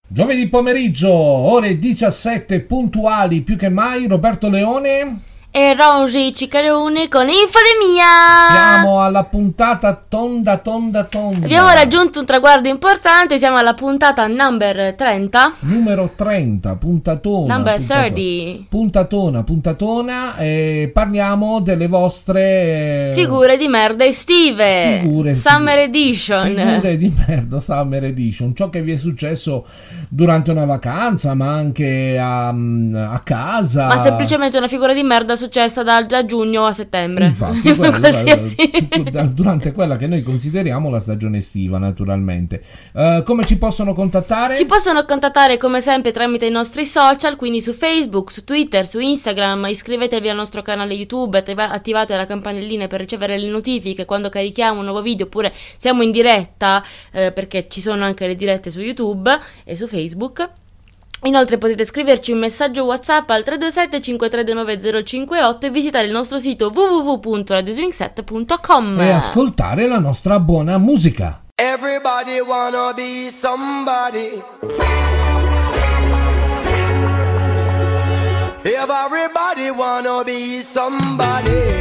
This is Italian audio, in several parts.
Giovedì pomeriggio, ore 17 puntuali più che mai, Roberto Leone e Rongi Ciccarone con Infodemia. Siamo alla puntata tonda. Abbiamo raggiunto un traguardo importante, siamo alla puntata number 30. Numero 30, puntatona. Number 30. Puntatona, e parliamo delle vostre figure di merda estive. Summer Edition. Figure di merda Summer Edition, ciò che vi è successo durante una vacanza, ma anche a casa. Ma semplicemente una figura di merda successa da giugno a settembre. Infatti, durante quella che noi consideriamo la stagione estiva, naturalmente. Come ci possono contattare? Ci possono contattare come sempre tramite i nostri social, quindi su Facebook, su Twitter, su Instagram. Iscrivetevi al nostro canale YouTube, attivate la campanellina per ricevere le notifiche quando carichiamo un nuovo video, oppure siamo in diretta, perché ci sono anche le dirette su YouTube e su Facebook. Inoltre potete scriverci un messaggio WhatsApp al 327 5329 058 e visitare il nostro sito www.radioswingset.com e ascoltare la nostra buona musica. Everybody wanna be somebody. Everybody wanna be somebody.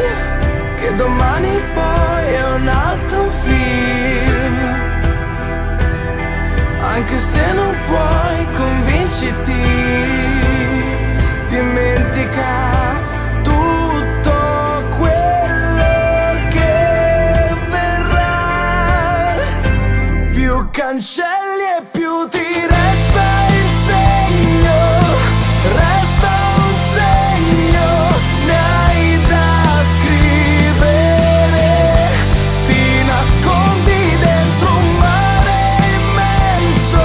domani poi è un altro film. anche se non puoi, convinciti, dimentica tutto quello che verrà. Più cancelli e più ti resta il segno, resta un segno, ne hai da scrivere, ti nascondi dentro un mare immenso,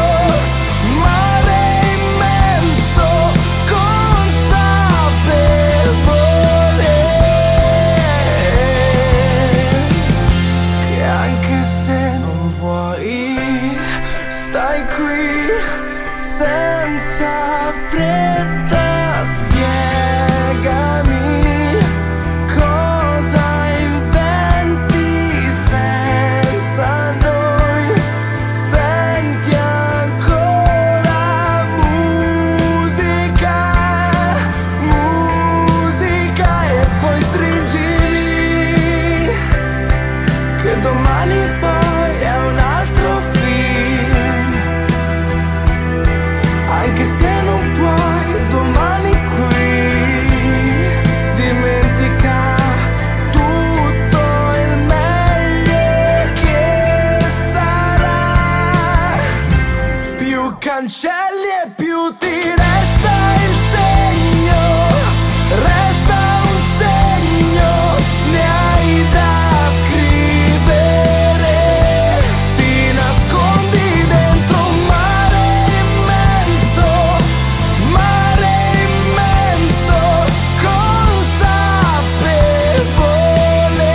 consapevole, che anche se non vuoi, stai qui senza fretta, spiegami cosa inventi senza noi, senti ancora musica, musica e poi stringimi, che domani poi è un altro film, anche se non puoi, domani qui, dimentica tutto il meglio che sarà. Più cancelli e più ti resta il segno, resta un segno, ne hai da scrivere, ti nascondi dentro un mare immenso, consapevole.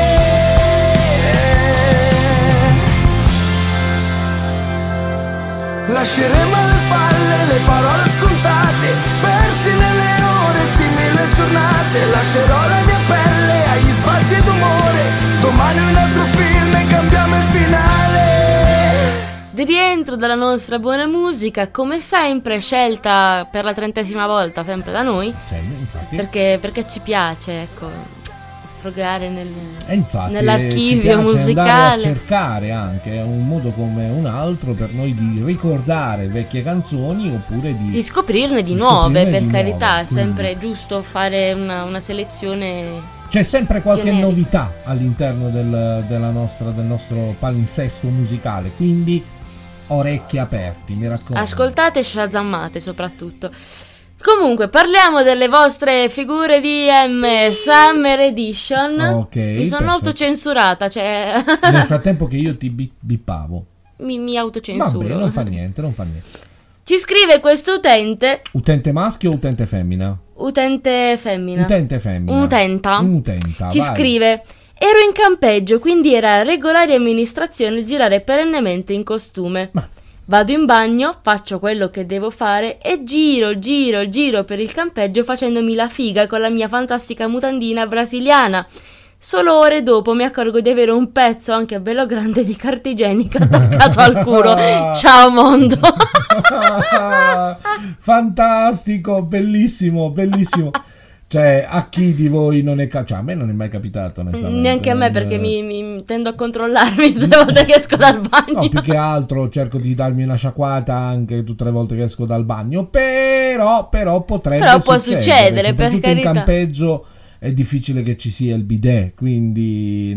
Lasceremo alle spalle le parole scontate, persi nelle ore di mille giornate. Lascerò la mia pelle agli spazi d'umore, domani un altro film e cambiamo il finale. Di rientro dalla nostra buona musica, come sempre scelta per la 30ª volta sempre da noi, Infatti. perché ci piace, ecco, frugare Infatti, ci nell'archivio piace andare a musicale. cercare anche, è un modo come un altro per noi di ricordare vecchie canzoni oppure Di scoprirne di di nuove, scoprirne per di carità, nuove, è sempre giusto fare una selezione. c'è sempre qualche generica. novità all'interno del nostro palinsesto musicale, quindi orecchi aperti, mi raccomando. Ascoltate e shazammate soprattutto. Comunque, parliamo delle vostre figure di Summer Edition. Ok, Mi sono perfetto. autocensurata, cioè Nel frattempo che io ti bippavo. mi autocensuro. Vabbè, non fa niente. Ci scrive questo utente, Utente maschio o utente femmina? utente femmina. Utente femmina. Utenta. Utenta, Ci vai. scrive: ero in campeggio, quindi era regolare amministrazione girare perennemente in costume. Ma- Vado in bagno, faccio quello che devo fare e giro per il campeggio facendomi la figa con la mia fantastica mutandina brasiliana. Solo ore dopo mi accorgo di avere un pezzo anche bello grande di carta igienica attaccato al culo. Ciao mondo! Fantastico, bellissimo. Cioè, a chi di voi non è cioè, a me non è mai capitato, onestamente. Neanche a me, perché mi tendo a controllarmi tutte le volte che esco dal bagno. No, più che altro cerco di darmi una sciacquata anche tutte le volte che esco dal bagno, però potrebbe Però può succedere, per soprattutto in carità. campeggio è difficile che ci sia il bidet, quindi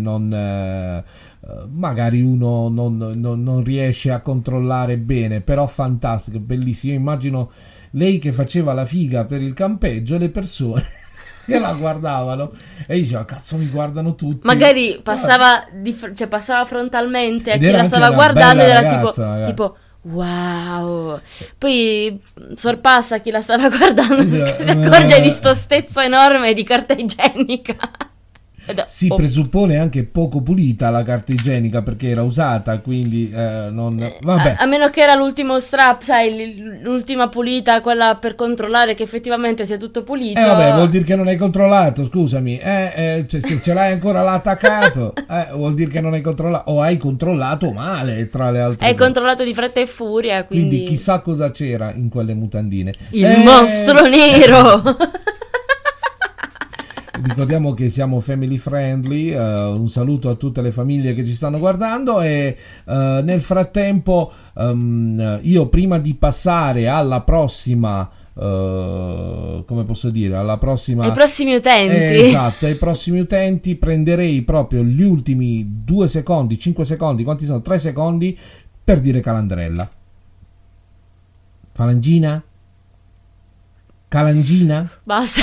magari uno non riesce a controllare bene, però fantastico, bellissimo. Io immagino lei che faceva la figa per il campeggio e le persone che la guardavano e diceva cazzo, mi guardano tutti. Magari passava passava frontalmente a Ed chi era la anche stava una guardando ed bella era ragazza, tipo wow. Poi sorpassa chi la stava guardando e si accorge di sto stezzo enorme di carta igienica. Si presuppone anche poco pulita la carta igienica perché era usata, quindi vabbè. A meno che era l'ultimo strap, sai, l'ultima pulita, quella per controllare che effettivamente sia tutto pulito. Vabbè, vuol dire che non hai controllato, scusami. Se ce l'hai ancora là attaccato, vuol dire che non hai controllato, o hai controllato male, tra le altre Hai cose. controllato di fretta e furia, quindi Chissà cosa c'era in quelle mutandine. il mostro nero. Ricordiamo che siamo family friendly, un saluto a tutte le famiglie che ci stanno guardando e nel frattempo io prima di passare alla prossima come posso dire, alla prossima ai prossimi utenti, esatto, ai prossimi utenti, prenderei proprio gli ultimi 2 secondi, 5 secondi, quanti sono? 3 secondi per dire calandrella. Falangina? Calangina? basta.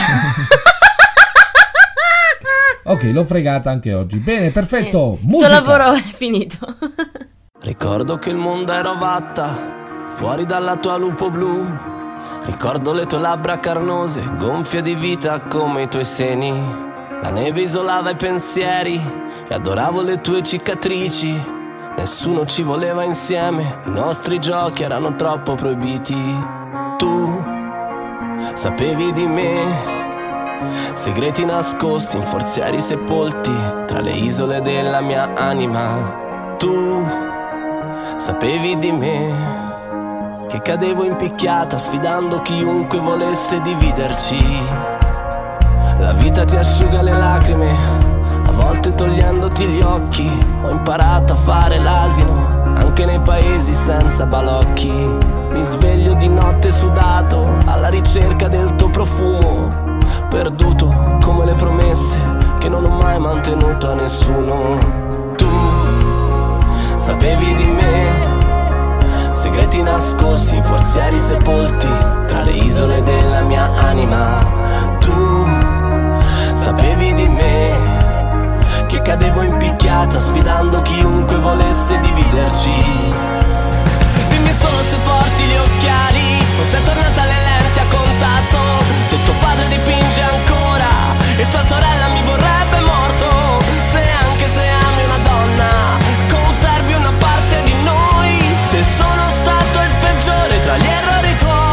Ok, l'ho fregata anche oggi. Bene, perfetto. Il Musica. tuo lavoro è finito. Ricordo che il mondo era ovatta, fuori dalla tua lupo blu. Ricordo le tue labbra carnose, gonfie di vita come i tuoi seni. La neve isolava i pensieri e adoravo le tue cicatrici. Nessuno ci voleva insieme, i nostri giochi erano troppo proibiti. Tu sapevi di me, segreti nascosti in forzieri sepolti tra le isole della mia anima. Tu sapevi di me, che cadevo in picchiata sfidando chiunque volesse dividerci. La vita ti asciuga le lacrime, a volte togliendoti gli occhi. Ho imparato a fare l'asino anche nei paesi senza balocchi. Mi sveglio di notte sudato alla ricerca del tuo profumo, perduto come le promesse che non ho mai mantenuto a nessuno. Tu sapevi di me, segreti nascosti in forzieri sepolti tra le isole della mia anima. Tu sapevi di me, che cadevo in picchiata sfidando chiunque volesse dividerci. Dimmi solo se porti gli occhiali o se è tornata alle lenti a contatto, se tuo padre dipinge ancora e tua sorella mi vorrebbe morto, se anche se ami una donna conservi una parte di noi, se sono stato il peggiore tra gli errori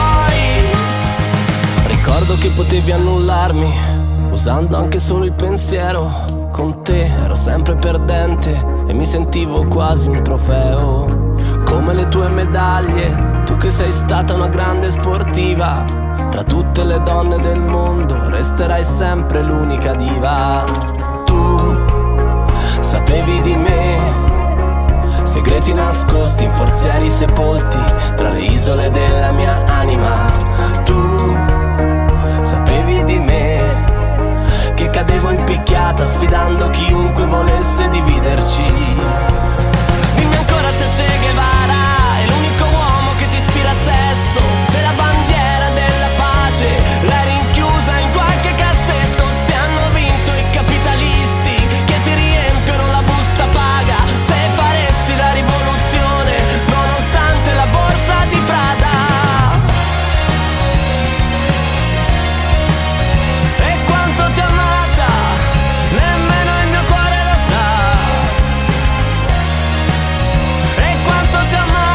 tuoi. Ricordo che potevi annullarmi usando anche solo il pensiero. Con te ero sempre perdente e mi sentivo quasi un trofeo. Come le tue medaglie, tu che sei stata una grande sportiva, tra tutte le donne del mondo resterai sempre l'unica diva. Tu sapevi di me, segreti nascosti in forzieri sepolti tra le isole della mia anima. Tu sapevi di me, che cadevo in picchiata sfidando chiunque volesse dividerci. Dimmi ancora se Che Guevara è l'unico uomo che ti ispira a sesso, se la bandiera della pace l'hai rinchiusa in qualche cassetto, se hanno vinto i capitalisti che ti riempiono la busta paga, se faresti la rivoluzione nonostante la borsa di Prada. Nemmeno il mio cuore lo sa. E quanto ti ho amato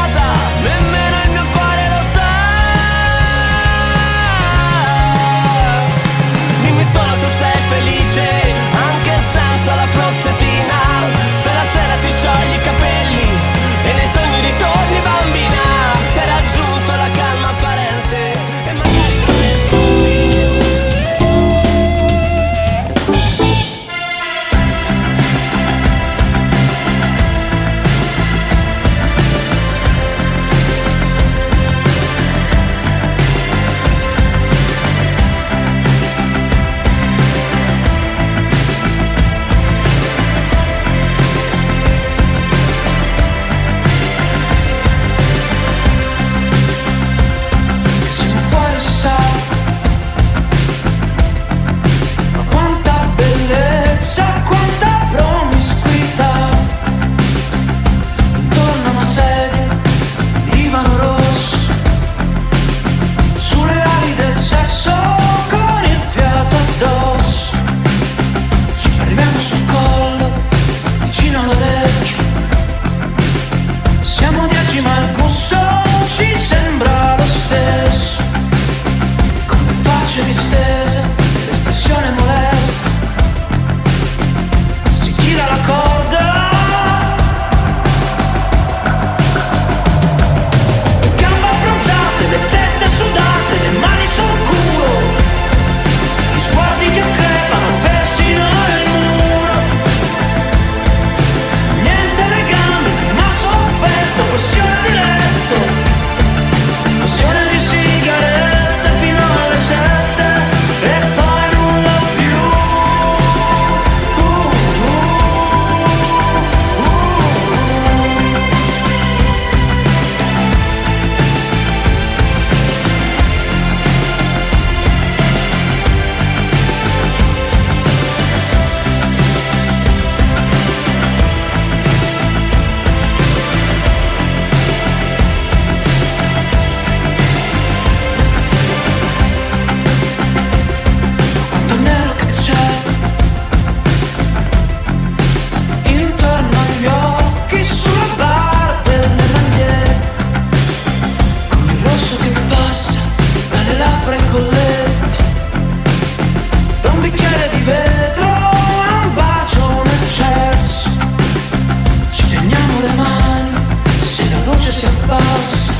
bus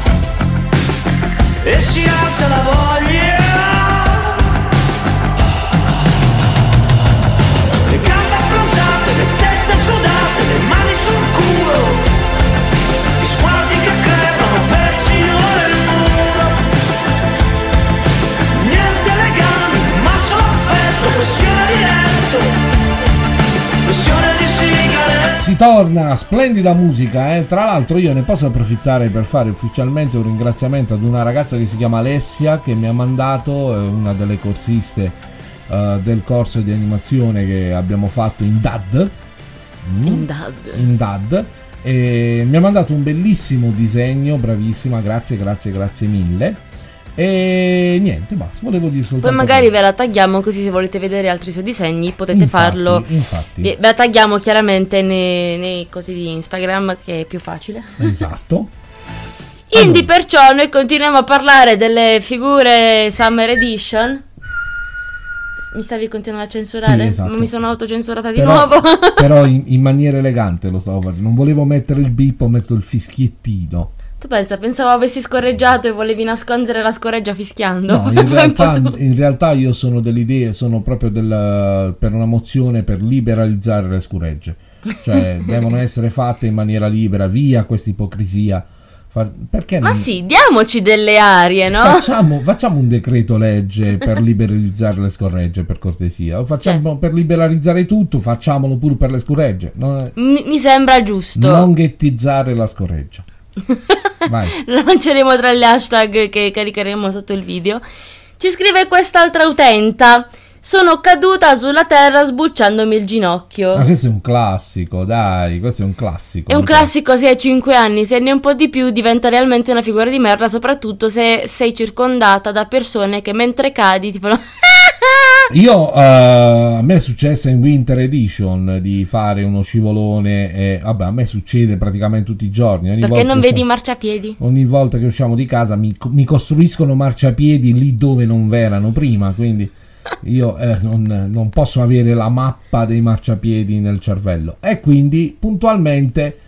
e si alza la voglia, le gambe abbronzate, le tette sudate, le mani sul culo, gli sguardi che crepano persino nel muro, niente legami ma solo affetto, questione di letto, questione di sigarette. Si torna, splendida musica, eh? Tra l'altro io ne posso approfittare per fare ufficialmente un ringraziamento ad una ragazza che si chiama Alessia, che mi ha mandato, una delle corsiste del corso di animazione che abbiamo fatto in DAD. In DAD. E mi ha mandato un bellissimo disegno, bravissima, grazie mille. E niente, basta, volevo dire soltanto. Poi magari ve la tagghiamo, così se volete vedere altri suoi disegni potete farlo. Infatti. Ve la tagghiamo chiaramente nei cosi di Instagram, che è più facile. Esatto. Quindi perciò noi continuiamo a parlare delle figure Summer Edition. Mi stavi continuando a censurare? Sì, esatto. Ma mi sono autocensurata di nuovo. Però in maniera elegante lo stavo facendo. Non volevo mettere il bip, ho messo il fischiettino. Tu pensavo avessi scorreggiato e volevi nascondere la scorreggia fischiando? No, in realtà io sono dell'idea, sono proprio per una mozione per liberalizzare le scoregge. Cioè devono essere fatte in maniera libera, via questa ipocrisia. Perché Ma sì, diamoci delle arie, no? Facciamo un decreto legge per liberalizzare le scorregge, per cortesia. Per liberalizzare tutto, facciamolo pure per le scorregge. Mi sembra giusto. Non ghettizzare la scorreggia. Vai. Lo lanceremo tra gli hashtag che caricheremo sotto il video. Ci scrive quest'altra utenta: sono caduta sulla terra sbucciandomi il ginocchio. Ma questo è un classico, dai, questo è un classico. È un classico se hai 5 anni, se ne hai un po' di più diventa realmente una figura di merda, soprattutto se sei circondata da persone che mentre cadi ti fanno... A me è successo in Winter Edition di fare uno scivolone e vabbè, a me succede praticamente tutti i giorni. Perché non vedi i marciapiedi? Ogni volta che usciamo di casa mi costruiscono marciapiedi lì dove non v'erano prima, quindi io non posso avere la mappa dei marciapiedi nel cervello e quindi puntualmente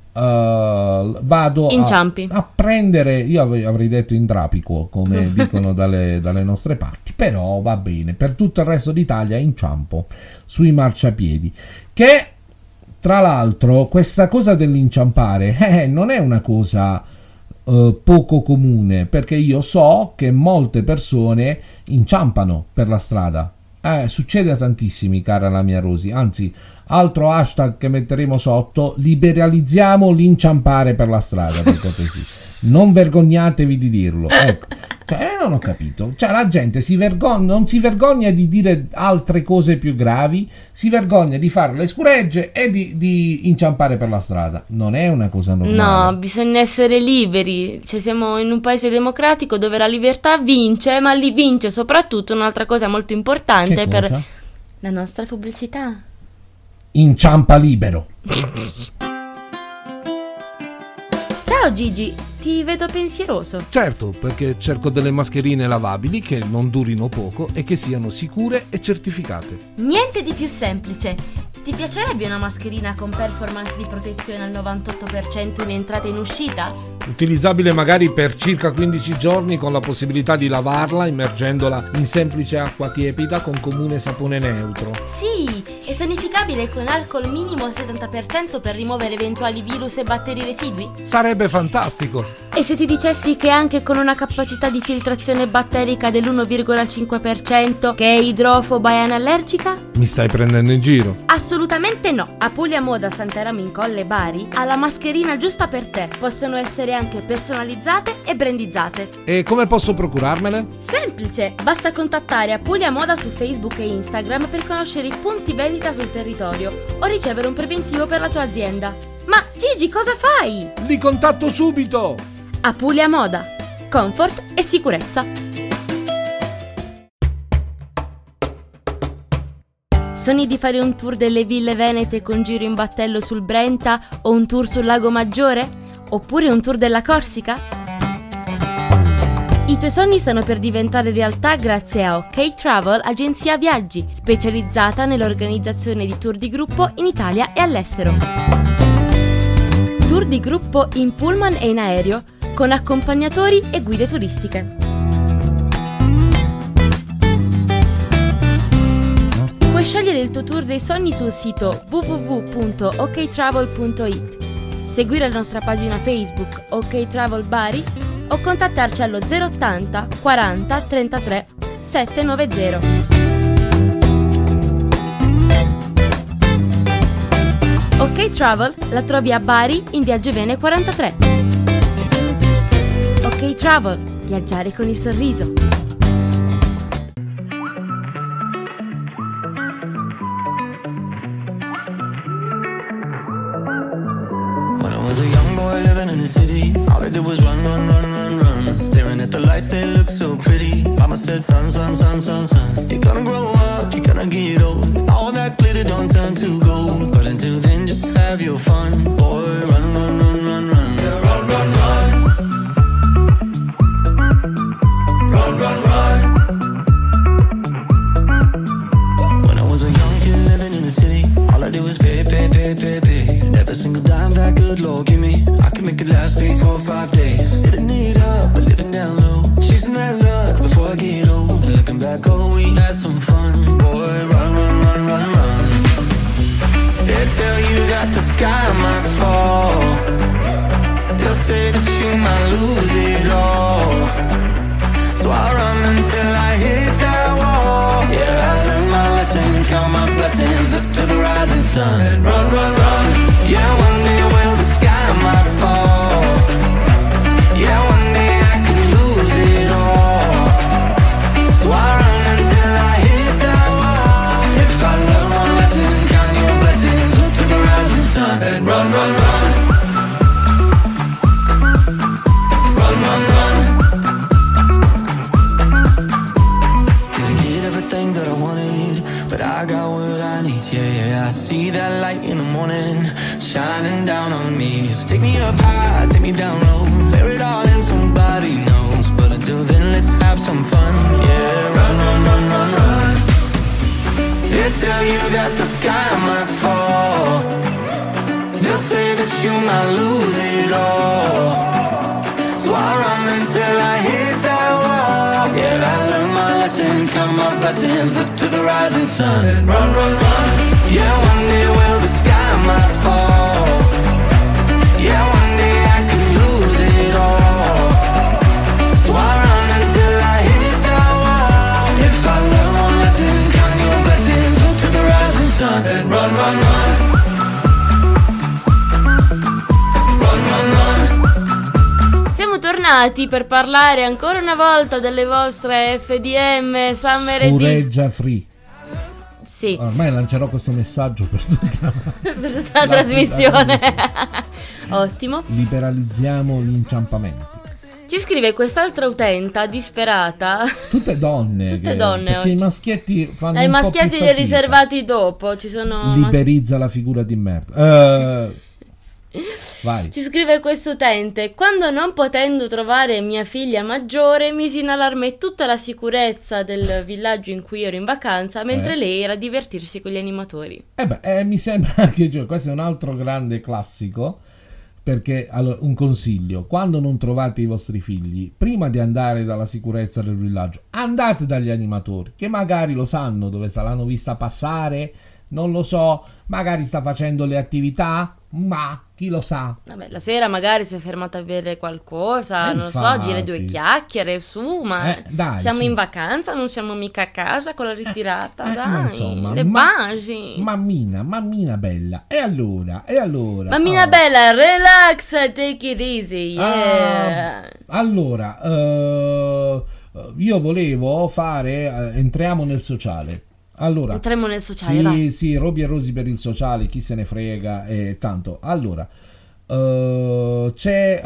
vado a prendere, io avrei detto intrapiquo come dicono dalle nostre parti, però va bene, per tutto il resto d'Italia inciampo sui marciapiedi, che tra l'altro questa cosa dell'inciampare non è una cosa poco comune, perché io so che molte persone inciampano per la strada, succede a tantissimi, cara la mia Rosy, anzi altro hashtag che metteremo sotto: liberalizziamo l'inciampare per la strada, per cortesia. Non vergognatevi di dirlo, ecco. Non ho capito, la gente non si vergogna di dire altre cose più gravi, si vergogna di fare le scuregge e di inciampare per la strada. Non è una cosa normale. No, bisogna essere liberi, siamo in un paese democratico dove la libertà vince, ma lì vince soprattutto un'altra cosa molto importante per la nostra pubblicità. Inciampa libero. Ciao Gigi, ti vedo pensieroso. Certo, perché cerco delle mascherine lavabili che non durino poco e che siano sicure e certificate. Niente di più semplice. Ti piacerebbe una mascherina con performance di protezione al 98% in entrata e in uscita? Utilizzabile magari per circa 15 giorni con la possibilità di lavarla immergendola in semplice acqua tiepida con comune sapone neutro. Sì, e sanificabile con alcol minimo al 70% per rimuovere eventuali virus e batteri residui? Sarebbe fantastico! E se ti dicessi che anche con una capacità di filtrazione batterica dell'1,5% che è idrofoba e anallergica? Mi stai prendendo in giro? Assolutamente no! Apulia Moda Santeramo in Colle Bari ha la mascherina giusta per te. Possono essere anche personalizzate e brandizzate. E come posso procurarmele? Semplice! Basta contattare Apulia Moda su Facebook e Instagram per conoscere i punti vendita sul territorio o ricevere un preventivo per la tua azienda. Ma Gigi, cosa fai? Li contatto subito! Apulia Moda, comfort e sicurezza. Sogni di fare un tour delle ville venete con giro in battello sul Brenta o un tour sul Lago Maggiore? Oppure un tour della Corsica? I tuoi sogni stanno per diventare realtà grazie a OK Travel, agenzia viaggi, specializzata nell'organizzazione di tour di gruppo in Italia e all'estero. Tour di gruppo in pullman e in aereo, con accompagnatori e guide turistiche. Puoi scegliere il tuo tour dei sogni sul sito www.oktravel.it, seguire la nostra pagina Facebook OK Travel Bari o contattarci allo 080 40 33 790. OK Travel la trovi a Bari in via Giovene 43. OK Travel, viaggiare con il sorriso. When I was a young boy living in the city, all I did was run, run, run, run, run. Staring at the lights, they look so pretty. Mama said, son, son, son, son, son, you're gonna grow up, you're gonna get old. All that glitter don't turn to gold. But until then, just have your fun. Boy, run, run, run, run, run. Yeah, run, run, run. Run, run, run. When I was a young kid living in the city, all I did was pay, pay, pay, pay, pay. And every single dime that good Lord give me, I can make it last 3, 4, 5 days. Living it up, but living down low, chasing that luck before I get old. And looking back, oh, we had some fun. Boy, run, run, run, run, run. They tell you that the sky might fall. They'll say that you might lose it all. So I run until I hit that wall. Yeah, I learned my lesson, count my blessings up to the rising sun. And run, run, run. Yeah, one day will the sky might fall. Yeah, one day I could lose it all. So I run until I hit that wall. If I learn one lesson, count your blessings up to the rising sun. And run, run, run. Run, run, run. Didn't get everything that I wanted, but I got what I need. Yeah, yeah, I see that light in the morning shining down on me. So take me up high, take me down low, bear it all in, somebody knows. But until then, let's have some fun. Yeah, run, run, run, run, run. They tell you that the sky might fall. They'll say that you might lose it all. So I run until I hit that wall. Yeah, I learned my lesson, count my blessings up to the rising sun. And run, run, run. Yeah, one day will the sky might fall. Yeah, one day I could lose it all. So I run until I hit that wall. If I learn one lesson, count your blessings up to the rising sun. And run, run, run. Run, run, run. Siamo tornati per parlare ancora una volta delle vostre FDM Summer Edition. Scureggia free. Sì. Ormai lancerò questo messaggio per tutta per tutta la trasmissione. Ottimo. Liberalizziamo gli inciampamenti. Ci scrive quest'altra utenta disperata. Tutte donne. Tutte donne perché oggi. I maschietti fanno I un po' maschietti più li fatica. riservati dopo. Ci sono Liberizza la figura di merda. Vai. Ci scrive quest'utente: quando non potendo trovare mia figlia maggiore misi in allarme tutta la sicurezza del villaggio in cui ero in vacanza, mentre lei era a divertirsi con gli animatori. Mi sembra che questo è un altro grande classico, perché allora, un consiglio: quando non trovate i vostri figli, prima di andare dalla sicurezza del villaggio, andate dagli animatori, che magari lo sanno dove sta, l'hanno vista passare, non lo so, magari sta facendo le attività, ma chi lo sa. Vabbè, la sera magari si è fermata a bere qualcosa, non so, infatti. dire due chiacchiere, su, ma dai, siamo su. in vacanza, non siamo mica a casa con la ritirata, ma dai, insomma, le basi. Mammina bella. E allora? Mammina bella, relax, take it easy, yeah. Allora, io volevo fare, entriamo nel sociale. Allora, entriamo nel sociale, vai. Sì, Roby e Rosy per il sociale, chi se ne frega, tanto. Allora, c'è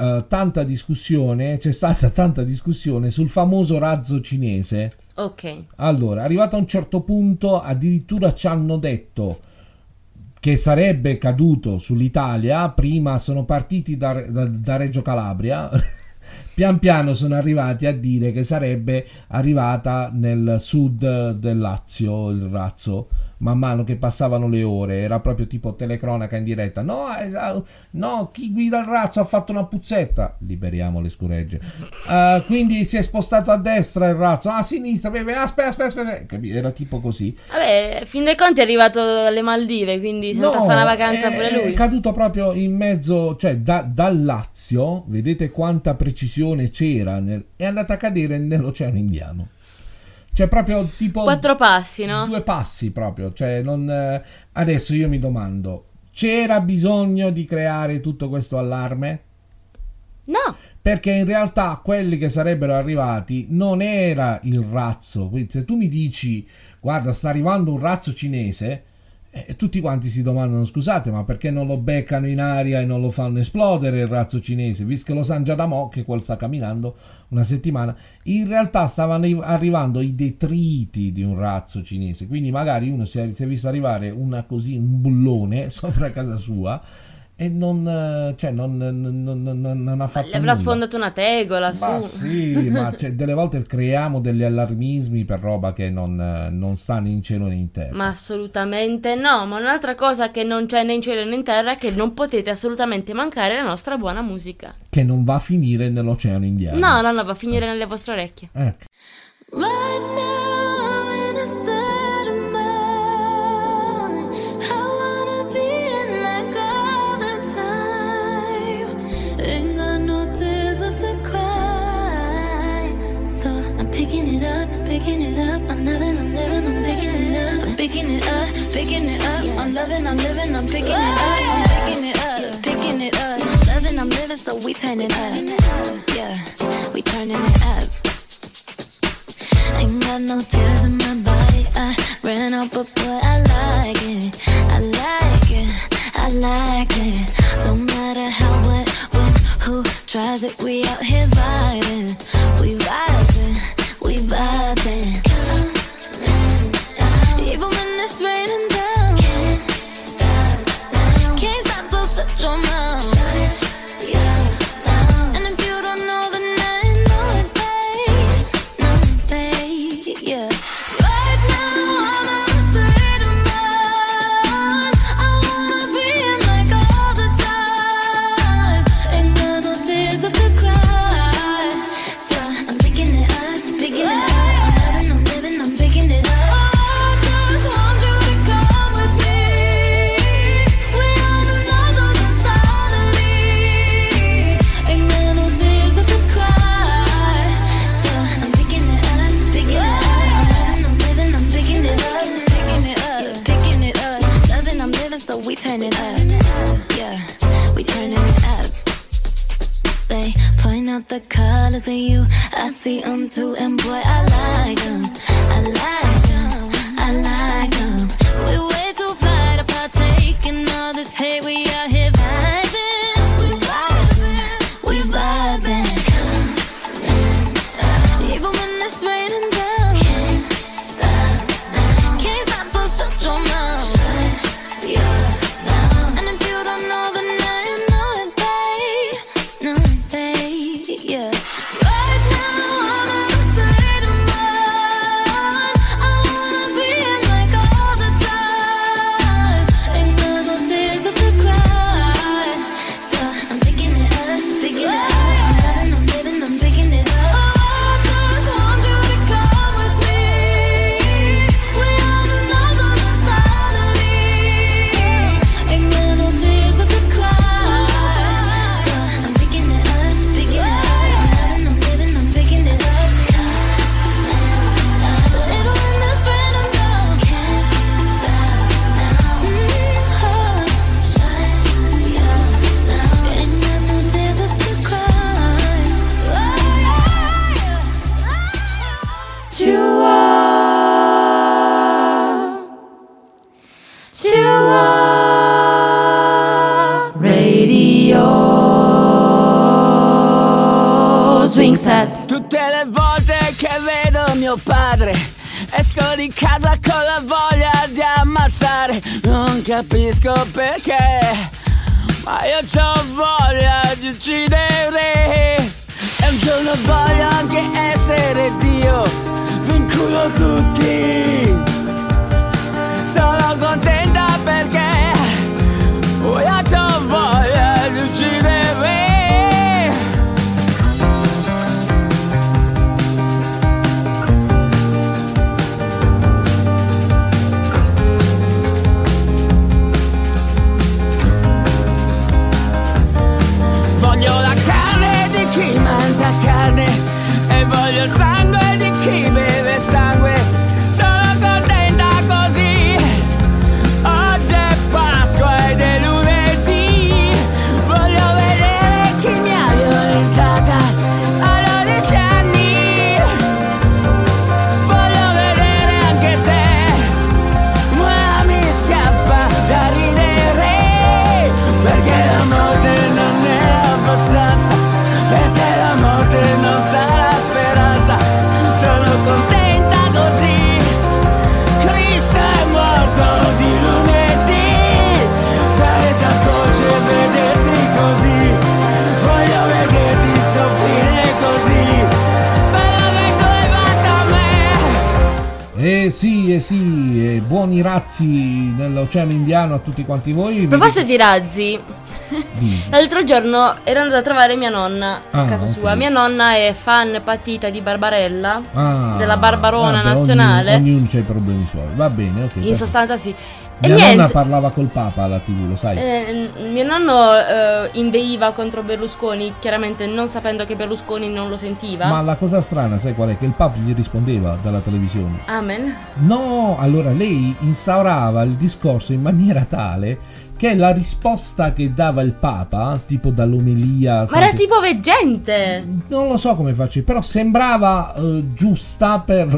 stata tanta discussione sul famoso razzo cinese. Ok. Allora, arrivato a un certo punto, addirittura ci hanno detto che sarebbe caduto sull'Italia. Prima sono partiti da Reggio Calabria. Pian piano sono arrivati a dire che sarebbe arrivata nel sud del Lazio, il razzo. man mano che passavano le ore, era proprio tipo telecronaca in diretta. No, chi guida il razzo ha fatto una puzzetta, liberiamo le scuregge, quindi si è spostato a destra il razzo, a sinistra, aspetta, era tipo così. Vabbè, fin dei conti è arrivato alle Maldive, quindi si è andato a fare una vacanza pure lui. È caduto proprio in mezzo, cioè dal Lazio, vedete quanta precisione c'era, è andata a cadere nell'Oceano Indiano. Cioè proprio tipo 4 passi, no? 2 passi proprio, cioè adesso io mi domando, c'era bisogno di creare tutto questo allarme? No. Perché in realtà quelli che sarebbero arrivati non era il razzo. Quindi se tu mi dici guarda sta arrivando un razzo cinese, tutti quanti si domandano scusate ma perché non lo beccano in aria e non lo fanno esplodere il razzo cinese, visto che lo sanno già da mo' che quello sta camminando una settimana. In realtà stavano arrivando i detriti di un razzo cinese, quindi magari uno si è visto arrivare un bullone sopra casa sua e non ha fatto le avrà nulla. sfondato una tegola Ma su. sì, ma delle volte creiamo degli allarmismi per roba che non sta né in cielo né in terra. Ma assolutamente no. Ma un'altra cosa che non c'è né in cielo né in terra è che non potete assolutamente mancare la nostra buona musica, che non va a finire nell'Oceano Indiano. no, va a finire nelle vostre orecchie. Ecco. Right now I'm in a state of mind. I wanna be in like all the time. Ain't got no tears left to cry. So I'm picking it up, I'm living, I'm picking it up. I'm picking it up, I'm loving, I'm picking it up. I'm picking it up, I'm living, so we turn it up. Yeah, we turning it up. Ain't got no tears in my body. I ran out, but boy, I like it. I like it. I like it. Don't matter how, what, when, who tries it. We out here vibing. We vibing. We vibing. Even when it's raining down. Can't stop now. Can't stop, so shut your mouth. Shut your mouth. And if you don't know, then I know it, babe. No, babe, yeah. Right now I'm in a state of mind. I wanna be in like all the time. Ain't got no tears left to cry. So I'm picking it up, I'm living, I'm picking it up. I just want you to come with me. We on another mentality. Ain't got no tears left to cry. So I'm picking it up, I'm living, I'm picking it up, loving, I'm living, so we turn it up. Yeah, we turning it up. They point out the colors in you, I see them too, and boy, I like them. I like them, I like them. We way too fly to partake in all this hate, we out here vibing. We vibing, we vibing. Even when it's raining down. Can't stop now. Can't stop, so shut your mouth. Shut your mouth. And if you don't know, then I know it, babe. No, babe, yeah. Right now I'm in a state of mind. I wanna be in like all the time. Ain't got no tears left to cry. So I'm picking it up, I'm living, I'm picking it up. I just want you to come with me. We on another mentality. Ain't got no tears left to cry. So I'm picking it up, I'm living, I'm picking it up. Little in this random girl, can't stop now. Shut your mouth. Ain't got no tears left to cry. Radio Swing Set. Tutte le volte che vedo mio padre esco di casa con la voglia di ammazzare. Non capisco perché, ma io c'ho voglia di uccidere. E un giorno voglio anche essere Dio, vinculo tutti. Sono chi mangia carne e voglio il sangue di chi beve sangue. Sono contenta così. Oggi è Pasqua ed è lunedì. Voglio vedere chi mi ha violentata a 12 anni. Voglio vedere anche te, ma mi scappa da ridere, perché la morte non è abbastanza, perché la morte non sarà speranza. Sono contenta così. Cristo è morto di lunedì. Sarete a dolce vederti così. Voglio vederti soffrire così. Bello che tu hai fatto a me. Sì, buoni razzi nell'Oceano Indiano a tutti quanti voi. A proposito di razzi, Dimmi. l'altro giorno ero andata a trovare mia nonna a casa sua. ok. Mia nonna è fan patita di Barbarella, Ah, della Barbarona vabbè, nazionale. Ognuno c'ha i problemi suoi, va bene, ok. In sostanza sì. E Mia niente, nonna parlava col Papa alla TV, lo sai? mio nonno inveiva contro Berlusconi, chiaramente non sapendo che Berlusconi non lo sentiva. Ma la cosa strana, sai qual è? Che il Papa gli rispondeva dalla televisione. Amen. No, allora lei instaurava il discorso in maniera tale che la risposta che dava il Papa, tipo dall'omelia, Ma sai era che- tipo veggente. non lo so come faccio, però sembrava giusta per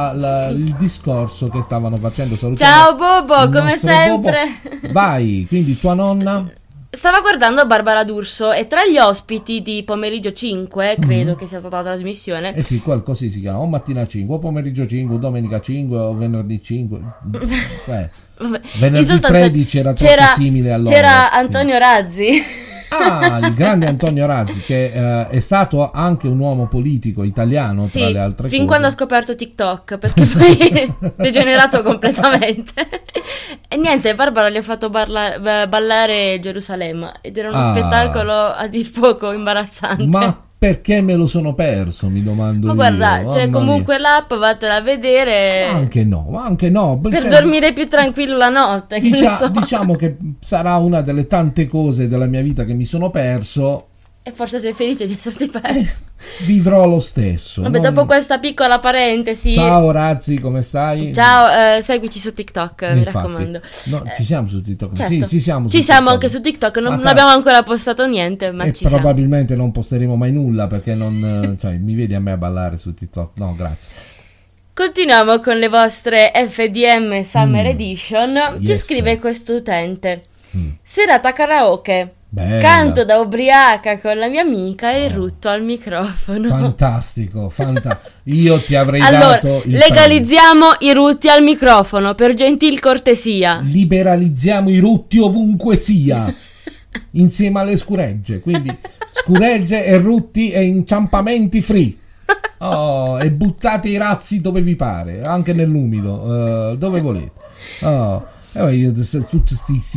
il discorso che stavano facendo. Salutiamo Ciao Bobo, il come nostro sempre. Bobo. Vai, quindi tua nonna? Stava guardando Barbara D'Urso e tra gli ospiti di Pomeriggio 5, credo che sia stata la trasmissione, Eh sì, così si chiama, o mattina 5, o pomeriggio 5, o domenica 5, o venerdì 5. vabbè, Venerdì in sostanza 13 era troppo simile all'ora. C'era Antonio Razzi. Ah, il grande Antonio Razzi, che è stato anche un uomo politico italiano, tra Sì, le altre fin cose. quando ha scoperto TikTok, perché poi è degenerato completamente. E niente, Barbara gli ha fatto ballare Gerusalemme ed era uno Ah. spettacolo a dir poco imbarazzante. Ma perché me lo sono perso, mi domando Ma io. guarda, c'è Mamma comunque l'app, vattela a vedere mia. Anche no. per perché- dormire più tranquillo la notte, che ne so. Diciamo che sarà una delle tante cose della mia vita che mi sono perso. E forse sei felice di esserti perso. Vivrò lo stesso. Vabbè, non- dopo questa piccola parentesi. Ciao Razzi, come stai? Ciao, seguici su TikTok, mi Infatti. raccomando. No, ci siamo su TikTok. Certo. Sì, ci siamo. Ci su siamo TikTok. anche su TikTok, non Ma abbiamo ancora postato niente, ma e ci siamo. probabilmente non posteremo mai nulla perché non cioè, mi vedi a me a ballare su TikTok. No, grazie. Continuiamo con le vostre FDM Summer Edition. Ci Yes. scrive questo utente. Serata karaoke. Bella. Canto da ubriaca con la mia amica e rutto al microfono. Fantastico. Io ti avrei Allora, dato il legalizziamo i rutti al microfono per gentil cortesia. premio. Liberalizziamo i rutti ovunque sia. Insieme alle scuregge. Quindi scuregge e rutti e inciampamenti free. Oh, e buttate i razzi dove vi pare, anche nell'umido, dove volete. Oh, io tutti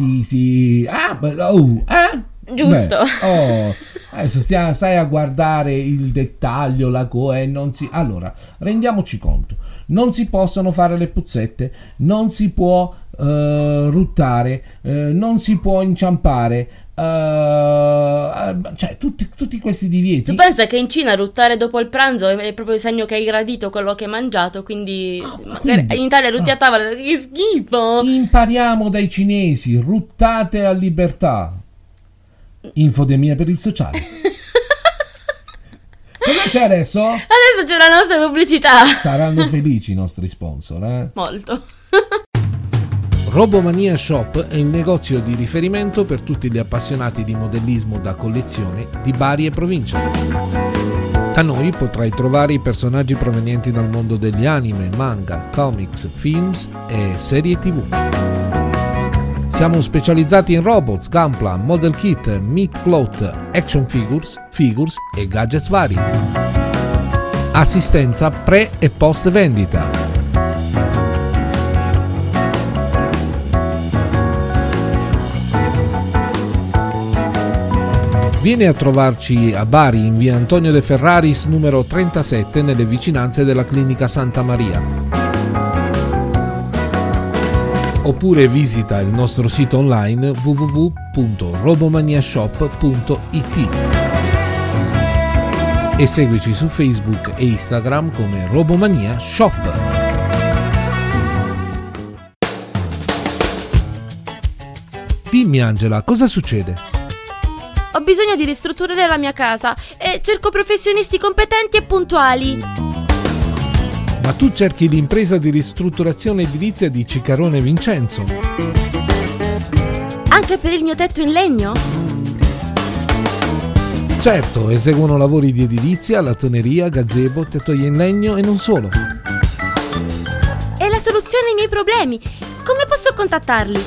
sti Giusto. Beh, adesso stai a guardare il dettaglio, non si. Allora, rendiamoci conto, non si possono fare le puzzette, non si può ruttare, non si può inciampare, cioè tutti questi divieti. Tu pensa che in Cina ruttare dopo il pranzo è proprio il segno che hai gradito quello che hai mangiato, quindi magari in Italia rutti a tavola, che schifo. Impariamo dai cinesi, ruttate a libertà. Infodemia per il sociale. Cosa c'è adesso? Adesso c'è la nostra pubblicità. Saranno felici i nostri sponsor, eh? Molto. Robomania Shop è il negozio di riferimento per tutti gli appassionati di modellismo da collezione di Bari e provincia. Da noi potrai trovare i personaggi provenienti dal mondo degli anime, manga, comics, films e serie TV. Siamo specializzati in robots, gunpla, model kit, meat cloth, action figures e gadgets vari. Assistenza pre e post vendita. Vieni a trovarci a Bari in via Antonio De Ferraris numero 37 nelle vicinanze della clinica Santa Maria. Oppure visita il nostro sito online www.robomaniashop.it. e seguici su Facebook e Instagram come Robomania Shop. Dimmi Angela, cosa succede? Ho bisogno di ristrutturare la mia casa e cerco professionisti competenti e puntuali. Ma tu cerchi l'impresa di ristrutturazione edilizia di Ciccarone Vincenzo. Anche per il mio tetto in legno? Certo, eseguono lavori di edilizia, lattoneria, gazebo, tettoie in legno e non solo. È la soluzione ai miei problemi. Come posso contattarli?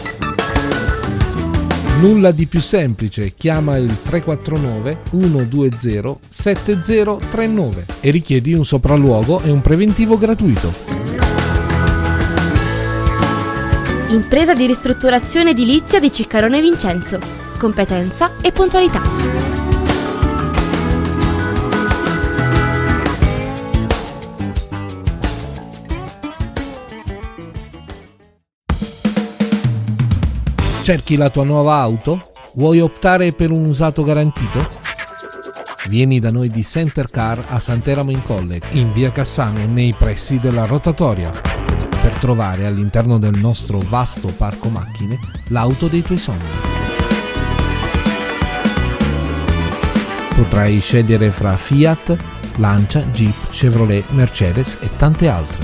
Nulla di più semplice, chiama il 349 120 7039 e richiedi un sopralluogo e un preventivo gratuito. Impresa di ristrutturazione edilizia di Ciccarone Vincenzo. Competenza e puntualità. Cerchi la tua nuova auto? Vuoi optare per un usato garantito? Vieni da noi di Center Car a Sant'Eramo in Colle, in via Cassano, nei pressi della rotatoria, per trovare all'interno del nostro vasto parco macchine l'auto dei tuoi sogni. Potrai scegliere fra Fiat, Lancia, Jeep, Chevrolet, Mercedes e tante altre.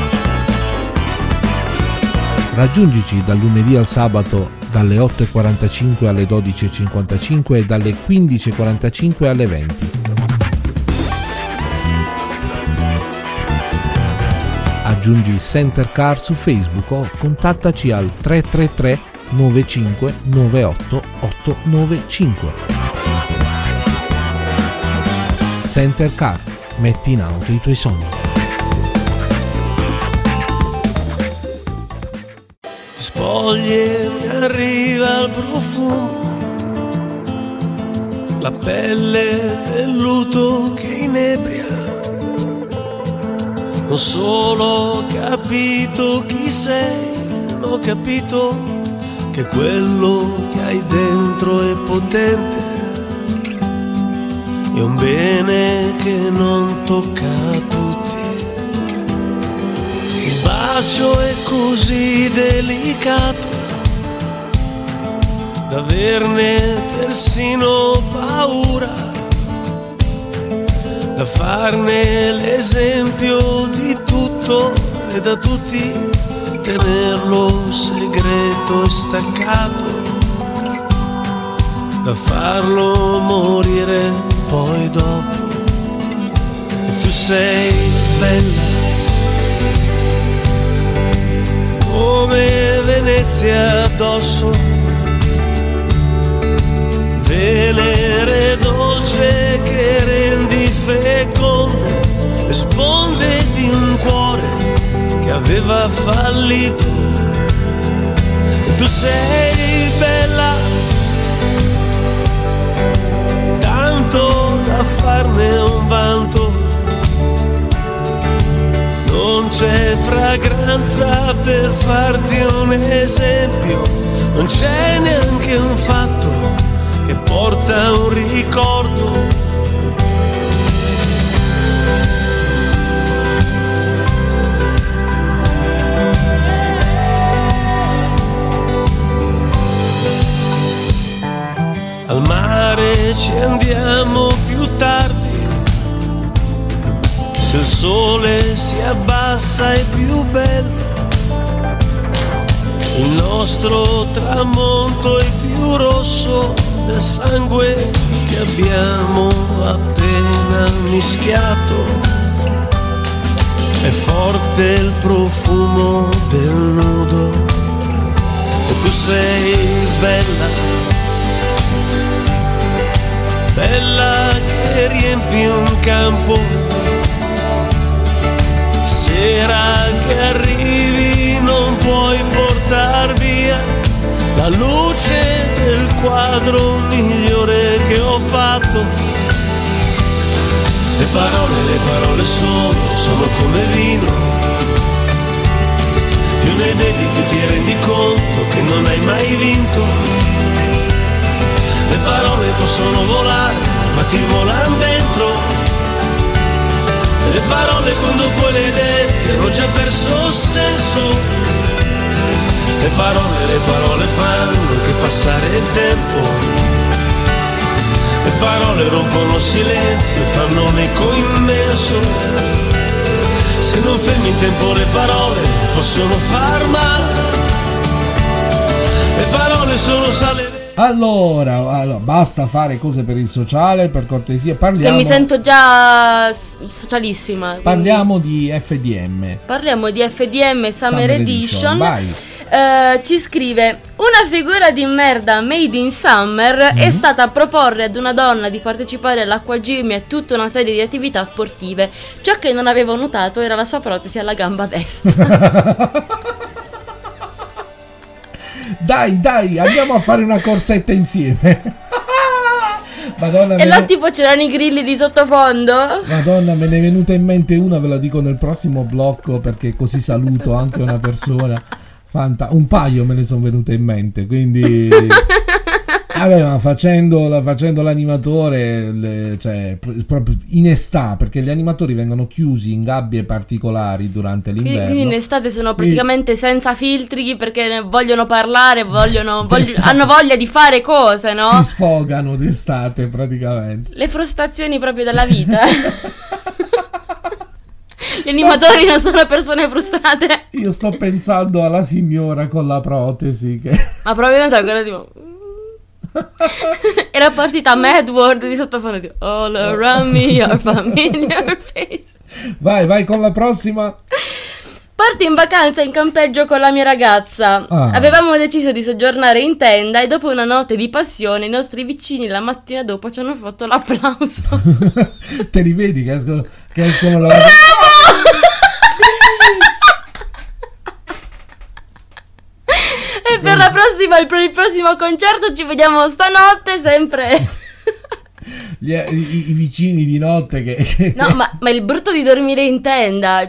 Raggiungici dal lunedì al sabato dalle 8.45 alle 12.55 e dalle 15.45 alle 20. Aggiungi Center Car su Facebook o contattaci al 333 95 98 895. Center Car, metti in auto i tuoi sogni. Spogli e mi arriva il profumo, la pelle del luto che inebria. Non solo ho capito chi sei, ho capito che quello che hai dentro è potente. È un bene che non tocca a tutti. Il bacio è così delicato da averne persino paura, da farne l'esempio di tutto e da tutti tenerlo segreto e staccato, da farlo morire poi dopo. E tu sei bella come Venezia addosso, Venere dolce che rendi feconde le sponde di un cuore che aveva fallito. E tu sei bella tanto da farne un vanto. Non c'è fragranza per farti un esempio, non c'è neanche un fatto che porta un ricordo. Al mare ci andiamo più tardi, se il sole si abbassa è più bello. Il nostro tramonto è più rosso del sangue che abbiamo appena mischiato. È forte il profumo del nudo e tu sei bella, bella che riempi un campo. Sera che arrivi non puoi portar via la luce del quadro migliore che ho fatto. Le parole sono come vino, più ne bevi più ti rendi conto che non hai mai vinto. Le parole possono volare ma ti volano dentro, poi nei denti, hanno già perso senso. Le parole fanno che passare il tempo. Le parole rompono silenzi e fanno un eco immenso. Se non fermi in tempo le parole possono far male. Le parole sono sale. Allora, basta fare cose per il sociale, per cortesia, parliamo. Che mi sento già socialissima. Parliamo di FDM. Parliamo di FDM Summer Edition. Vai. Ci scrive: una figura di merda made in summer è stata a proporre ad una donna di partecipare all'acquagym e a tutta una serie di attività sportive. Ciò che non avevo notato era la sua protesi alla gamba destra. Dai, andiamo a fare una corsetta insieme. Madonna, e là tipo c'erano i grilli di sottofondo. Madonna, me ne è venuta in mente una, ve la dico nel prossimo blocco, perché così saluto anche una persona. Un paio me ne sono venute in mente, quindi vabbè, facendo l'animatore, cioè proprio in estate, perché gli animatori vengono chiusi in gabbie particolari durante l'inverno. Quindi in estate sono praticamente senza filtri, perché vogliono parlare, hanno voglia di fare cose, no? Si sfogano d'estate praticamente. Le frustrazioni proprio della vita. Gli animatori non sono persone frustrate. Io sto pensando alla signora con la protesi che... Ma probabilmente ancora tipo... Era partita Mad World di sottofondo tipo, all around me your familiar face. Vai con la prossima. Parti in vacanza in campeggio con la mia ragazza. Avevamo deciso di soggiornare in tenda e dopo una notte di passione i nostri vicini la mattina dopo ci hanno fatto l'applauso. Te li vedi che escono dalla... E per la prossima, il prossimo concerto ci vediamo stanotte sempre. I vicini di notte che... No, ma il brutto di dormire in tenda,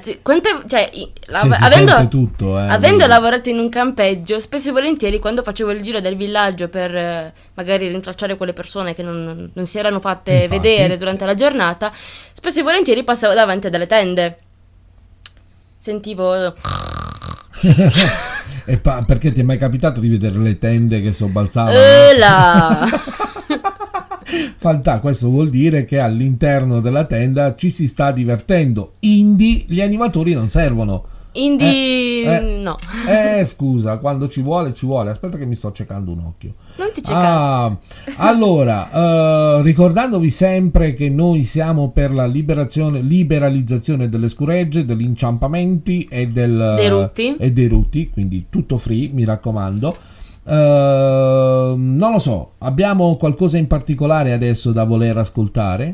avendo lavorato in un campeggio, spesso e volentieri quando facevo il giro del villaggio per magari rintracciare quelle persone che non si erano fatte vedere durante la giornata, spesso e volentieri passavo davanti a delle tende, sentivo... Perché ti è mai capitato di vedere le tende che sobbalzavano? Fantastico, questo vuol dire che all'interno della tenda ci si sta divertendo. Gli animatori non servono. No. Scusa, quando ci vuole. Aspetta che mi sto cercando un occhio. Non ti cercare. Allora, ricordandovi sempre che noi siamo per la liberalizzazione delle scuregge, degli inciampamenti e dei rutti, quindi tutto free, mi raccomando. Non lo so, abbiamo qualcosa in particolare adesso da voler ascoltare?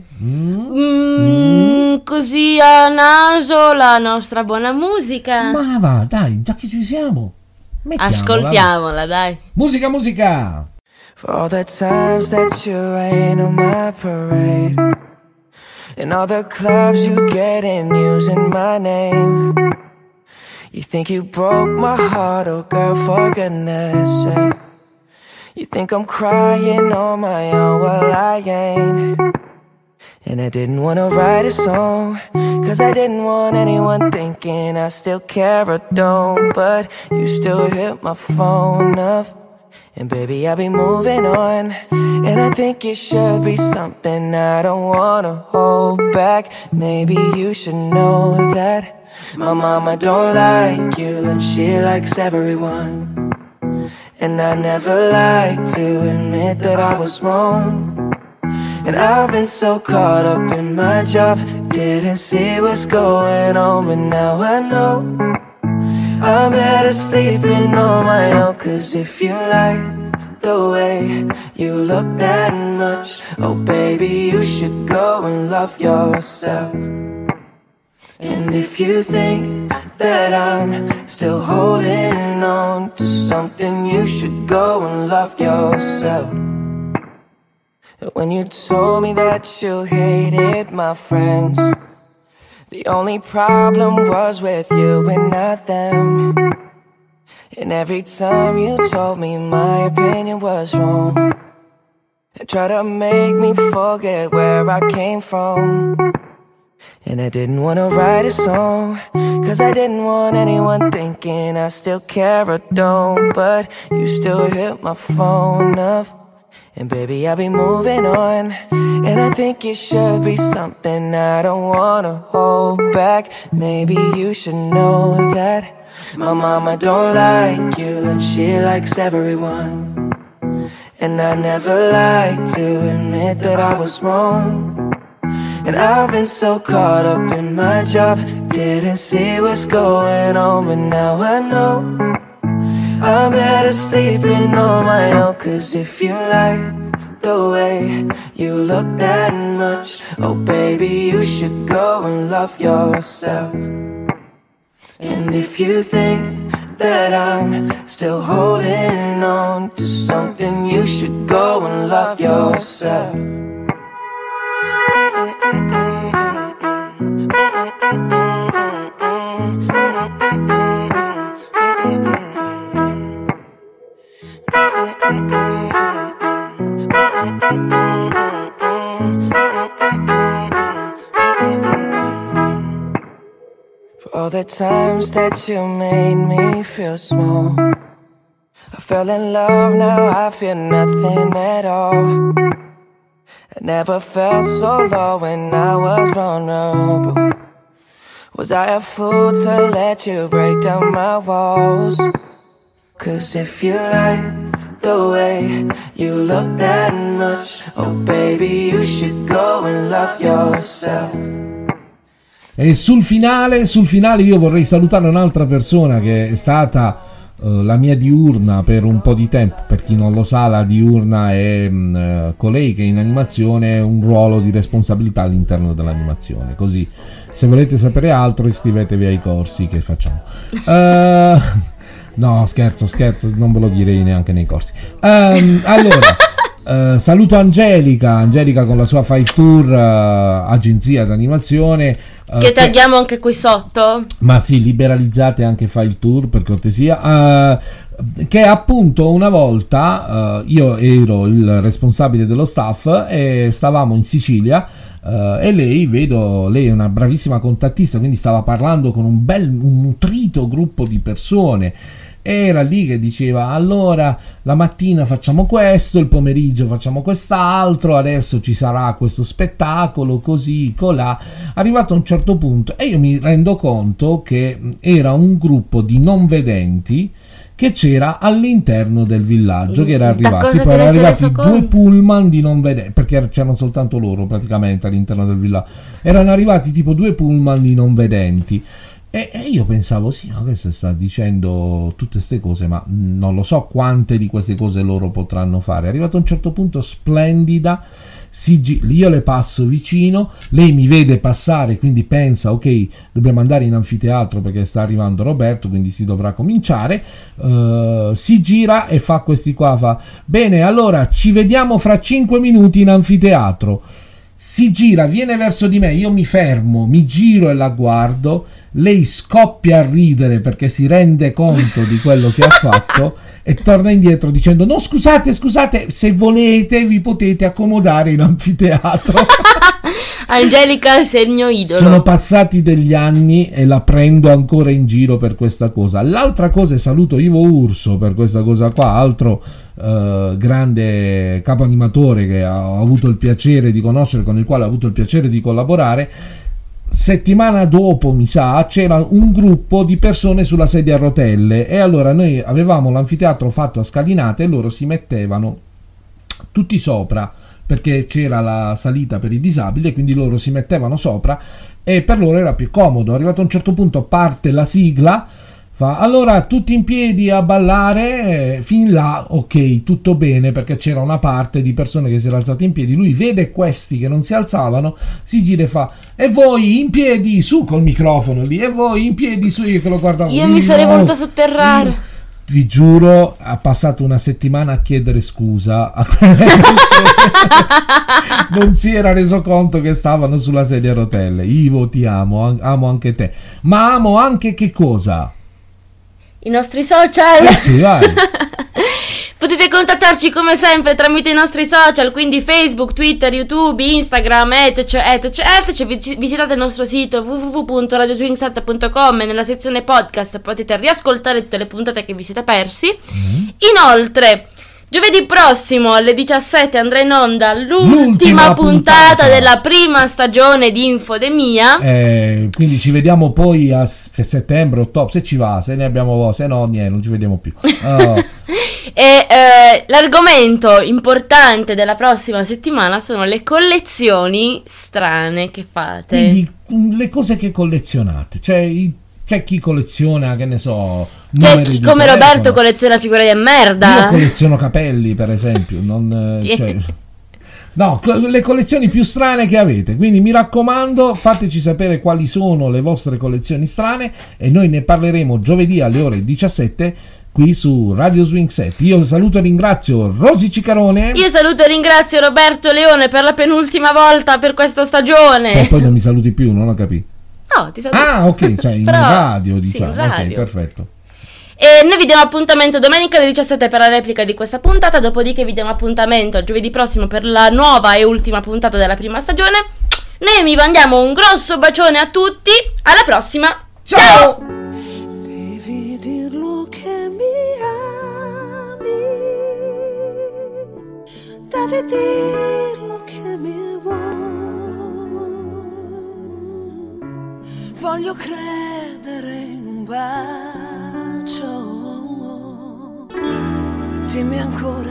Così a naso la nostra buona musica. Ma va, dai, già che ci siamo, ascoltiamola, dai. Musica. For all the times that you rain on my parade, and all the clubs you get in using my name. You think you broke my heart, oh girl, for goodness sake. You think I'm crying on my own, well I ain't. And I didn't wanna write a song, cause I didn't want anyone thinking I still care or don't. But you still hit my phone up, and baby I'll be moving on. And I think it should be something I don't wanna hold back. Maybe you should know that my mama don't like you and she likes everyone. And I never like to admit that I was wrong. And I've been so caught up in my job, didn't see what's going on, but now I know I'm better sleeping on my own. Cause if you like the way you look that much, oh baby you should go and love yourself. And if you think that I'm still holding on to something, you should go and love yourself. When you told me that you hated my friends, the only problem was with you and not them. And every time you told me my opinion was wrong, and tried to make me forget where I came from. And I didn't wanna write a song, 'cause I didn't want anyone thinking I still care or don't. But you still hit my phone up, and baby I'll be moving on. And I think it should be something I don't wanna hold back. Maybe you should know that my mama don't like you, and she likes everyone. And I never like to admit that I was wrong. And I've been so caught up in my job, didn't see what's going on, but now I know I'm better sleeping on my own. 'Cause if you like the way you look that much, oh baby, you should go and love yourself. And if you think that I'm still holding on to something, you should go and love yourself. For all the times that you made me feel small, I fell in love, now I feel nothing at all. I never felt so low when I was vulnerable. Was I a fool to let you break down my walls? 'Cause if you like the way you look that much, oh baby, you should go and love yourself. E sul finale io vorrei salutare un'altra persona che è stata la mia diurna per un po' di tempo. Per chi non lo sa, la diurna è colei che in animazione ha un ruolo di responsabilità all'interno dell'animazione. Così, se volete sapere altro, iscrivetevi ai corsi che facciamo. No, scherzo, non ve lo direi neanche nei corsi. Allora, saluto Angelica con la sua Five Tour, agenzia d'animazione. Che tagliamo anche qui sotto. Ma sì, liberalizzate anche Five Tour per cortesia. Che appunto una volta io ero il responsabile dello staff e stavamo in Sicilia. E lei è una bravissima contattista, quindi stava parlando con un nutrito gruppo di persone. Era lì che diceva: allora la mattina facciamo questo, il pomeriggio facciamo quest'altro, adesso ci sarà questo spettacolo, così, colà. Arrivato a un certo punto, e io mi rendo conto che era un gruppo di non vedenti che c'era all'interno del villaggio, che era arrivato, tipo erano arrivati 2 pullman di non vedenti, perché c'erano soltanto loro praticamente all'interno del villaggio, erano arrivati tipo 2 pullman di non vedenti. E io pensavo, sì, ma questo sta dicendo tutte ste cose, ma non lo so quante di queste cose loro potranno fare. Arrivato a un certo punto, splendida, io le passo vicino, lei mi vede passare, quindi pensa, ok, dobbiamo andare in anfiteatro perché sta arrivando Roberto, quindi si dovrà cominciare. Si gira e fa questi qua, fa: bene, allora ci vediamo fra 5 minuti in anfiteatro. Si gira, viene verso di me, io mi fermo, mi giro e la guardo. Lei scoppia a ridere perché si rende conto di quello che ha fatto e torna indietro dicendo: no, scusate, se volete vi potete accomodare in anfiteatro. Angelica, sei il mio idolo. Sono passati degli anni e la prendo ancora in giro per questa cosa. L'altra cosa, e saluto Ivo Urso per questa cosa qua, altro grande capo animatore che ho avuto il piacere di conoscere, con il quale ho avuto il piacere di collaborare. Settimana dopo, mi sa, c'era un gruppo di persone sulla sedia a rotelle, e allora noi avevamo l'anfiteatro fatto a scalinate e loro si mettevano tutti sopra perché c'era la salita per i disabili, e quindi loro si mettevano sopra e per loro era più comodo. Arrivato a un certo punto parte la sigla, fa: allora tutti in piedi a ballare, fin là ok, tutto bene, perché c'era una parte di persone che si era alzate in piedi. Lui vede questi che non si alzavano, si gira e fa: e voi in piedi su, col microfono lì, e voi in piedi su. Io che lo guardavo, io mi sarei voluto sotterrare. Vi giuro, ha passato una settimana a chiedere scusa a quelle persone. Non si era reso conto che stavano sulla sedia a rotelle. Ivo, ti amo anche te, ma amo anche che cosa? I nostri social. Sì, vai. Potete Potete contattarci come sempre tramite i nostri social, quindi Facebook, Twitter, YouTube, Instagram, visitate il nostro sito www.radioswing7.com e nella sezione podcast potete riascoltare tutte le puntate che vi siete persi. Inoltre, giovedì prossimo alle 17 andrà in onda l'ultima puntata della prima stagione di Infodemia. Quindi ci vediamo poi a settembre, ottobre, se ci va, se ne abbiamo, se no niente, non ci vediamo più. E l'argomento importante della prossima settimana sono le collezioni strane che fate. Quindi le cose che collezionate, c'è chi colleziona, che ne so, c'è chi come Roberto colleziona figure di merda. Io colleziono capelli, per esempio. No, le collezioni più strane che avete. Quindi mi raccomando, fateci sapere quali sono le vostre collezioni strane e noi ne parleremo giovedì alle ore 17 qui su Radio Swing 7. Io saluto e ringrazio Rosy Cicarone. Io saluto e ringrazio Roberto Leone per la penultima volta per questa stagione. Cioè poi non mi saluti più, non ho capito. No, ti saluto. Ah, ok, cioè in radio, diciamo. Sì, in radio. Ok, perfetto. E noi vi diamo appuntamento domenica alle 17 per la replica di questa puntata, dopodiché vi diamo appuntamento giovedì prossimo per la nuova e ultima puntata della prima stagione. Noi vi mandiamo un grosso bacione a tutti, alla prossima, ciao! Devi dirlo che mi ami, devi dirlo che mi vuoi. Voglio credere in un bacio, dimmi ancora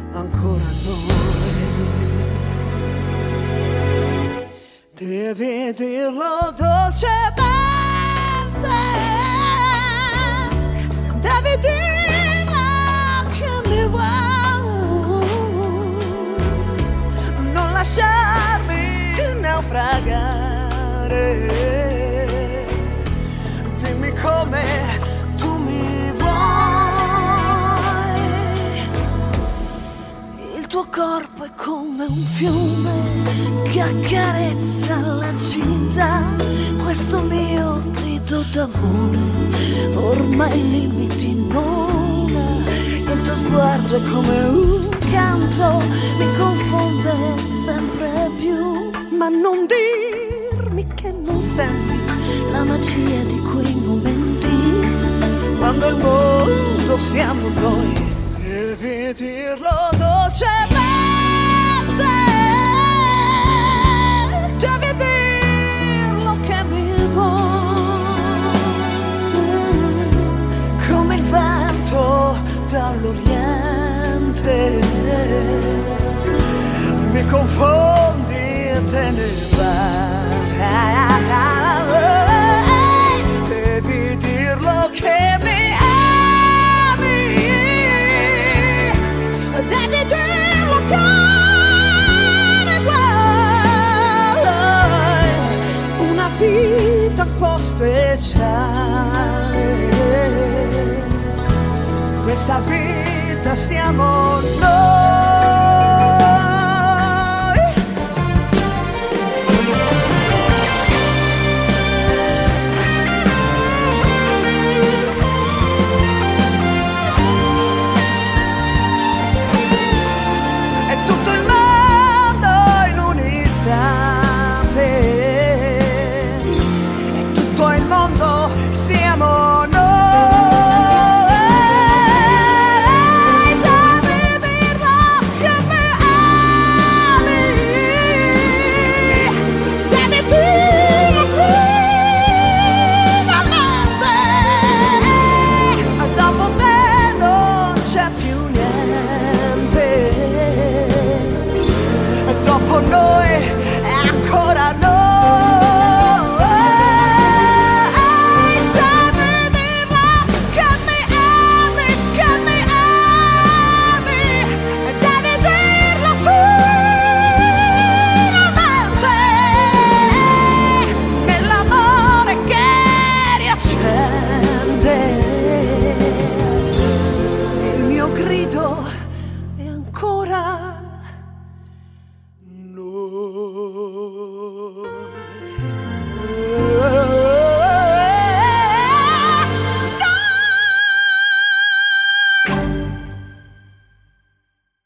noi. Devi dirlo dolcemente, devi dirlo che mi vuoi. Non lasciarmi naufragare, dimmi come tu mi vuoi. Il tuo corpo è come un fiume che accarezza la città. Questo mio grido d'amore ormai limiti non ha. Il tuo sguardo è come un canto, mi confonde sempre più. Ma non dirmi che non senti la magia di quei momenti, quando il mondo siamo noi. Devi dirlo dolcemente, devi dirlo che mi vuoi. Come il vento dall'Oriente, mi confondi e te ne vai. Devi dirlo che mi ami, devi dirlo che mi vuoi. Una vita un po' speciale, questa vita siamo noi.